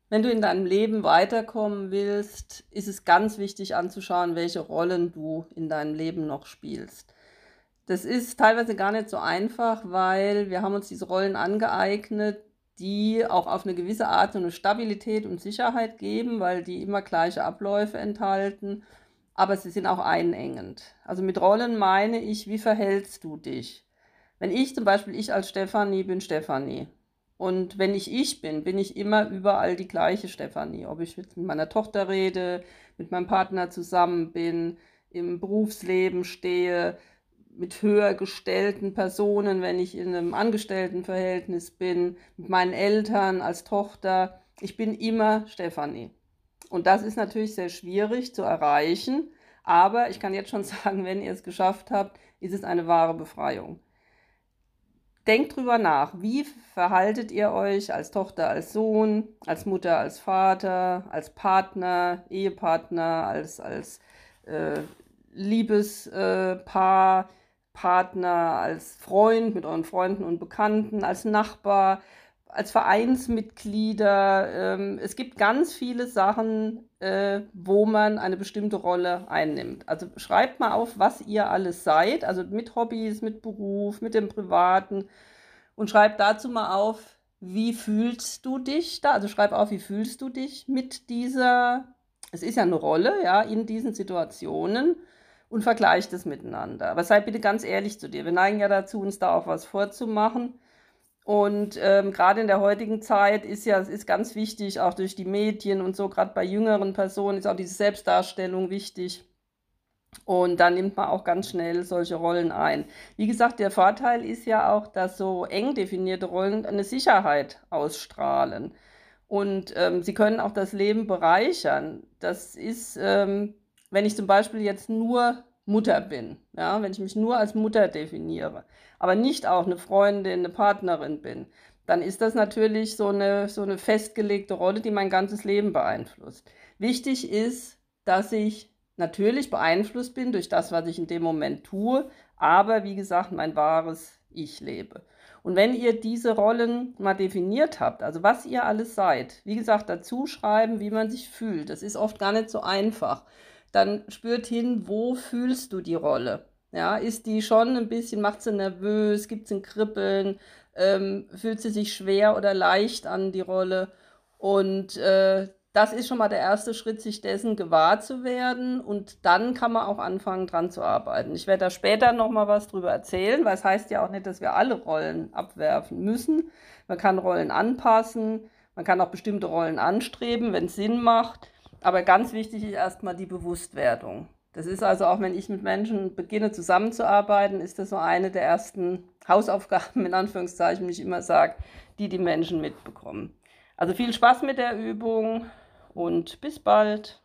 Wenn du in deinem Leben weiterkommen willst, ist es ganz wichtig anzuschauen, welche Rollen du in deinem Leben noch spielst. Das ist teilweise gar nicht so einfach, weil wir haben uns diese Rollen angeeignet, die auch auf eine gewisse Art so eine Stabilität und Sicherheit geben, weil die immer gleiche Abläufe enthalten, aber sie sind auch einengend. Also mit Rollen meine ich, wie verhältst du dich? Wenn ich zum Beispiel, ich als Stefanie bin Stefanie. Und wenn ich bin, bin ich immer überall die gleiche Stefanie. Ob ich mit meiner Tochter rede, mit meinem Partner zusammen bin, im Berufsleben stehe, mit höher gestellten Personen, wenn ich in einem Angestelltenverhältnis bin, mit meinen Eltern als Tochter. Ich bin immer Stefanie. Und das ist natürlich sehr schwierig zu erreichen. Aber ich kann jetzt schon sagen, wenn ihr es geschafft habt, ist es eine wahre Befreiung. Denkt drüber nach, wie verhaltet ihr euch als Tochter, als Sohn, als Mutter, als Vater, als Partner, Ehepartner, als äh, Liebespaar, Partner, als Freund mit euren Freunden und Bekannten, als Nachbar, als Vereinsmitglieder. Es gibt ganz viele Sachen, wo man eine bestimmte Rolle einnimmt. Also schreibt mal auf, was ihr alles seid, also mit Hobbys, mit Beruf, mit dem Privaten und schreibt dazu mal auf, wie fühlst du dich da? Also schreib auf, wie fühlst du dich mit dieser, es ist ja eine Rolle, ja, in diesen Situationen und vergleich das miteinander. Aber sei bitte ganz ehrlich zu dir. Wir neigen ja dazu, uns da auch was vorzumachen. Und gerade in der heutigen Zeit ist ja, es ist ganz wichtig, auch durch die Medien und so, gerade bei jüngeren Personen ist auch diese Selbstdarstellung wichtig. Und dann nimmt man auch ganz schnell solche Rollen ein. Wie gesagt, der Vorteil ist ja auch, dass so eng definierte Rollen eine Sicherheit ausstrahlen. Und sie können auch das Leben bereichern. Das ist, wenn ich zum Beispiel jetzt nur Mutter bin, ja, wenn ich mich nur als Mutter definiere, aber nicht auch eine Freundin, eine Partnerin bin, dann ist das natürlich so eine festgelegte Rolle, die mein ganzes Leben beeinflusst. Wichtig ist, dass ich natürlich beeinflusst bin durch das, was ich in dem Moment tue, aber wie gesagt, mein wahres Ich lebe. Und wenn ihr diese Rollen mal definiert habt, also was ihr alles seid, wie gesagt, dazu schreiben, wie man sich fühlt, das ist oft gar nicht so einfach, dann spürt hin, wo fühlst du die Rolle? Ja, ist die schon ein bisschen, macht sie nervös, gibt es ein Kribbeln, fühlt sie sich schwer oder leicht an die Rolle? Und das ist schon mal der erste Schritt, sich dessen gewahr zu werden. Und dann kann man auch anfangen, dran zu arbeiten. Ich werde da später noch mal was drüber erzählen, weil es heißt ja auch nicht, dass wir alle Rollen abwerfen müssen. Man kann Rollen anpassen, man kann auch bestimmte Rollen anstreben, wenn es Sinn macht. Aber ganz wichtig ist erstmal die Bewusstwerdung. Das ist also auch, wenn ich mit Menschen beginne zusammenzuarbeiten, ist das so eine der ersten Hausaufgaben, in Anführungszeichen, wie ich immer sage, die Menschen mitbekommen. Also viel Spaß mit der Übung und bis bald.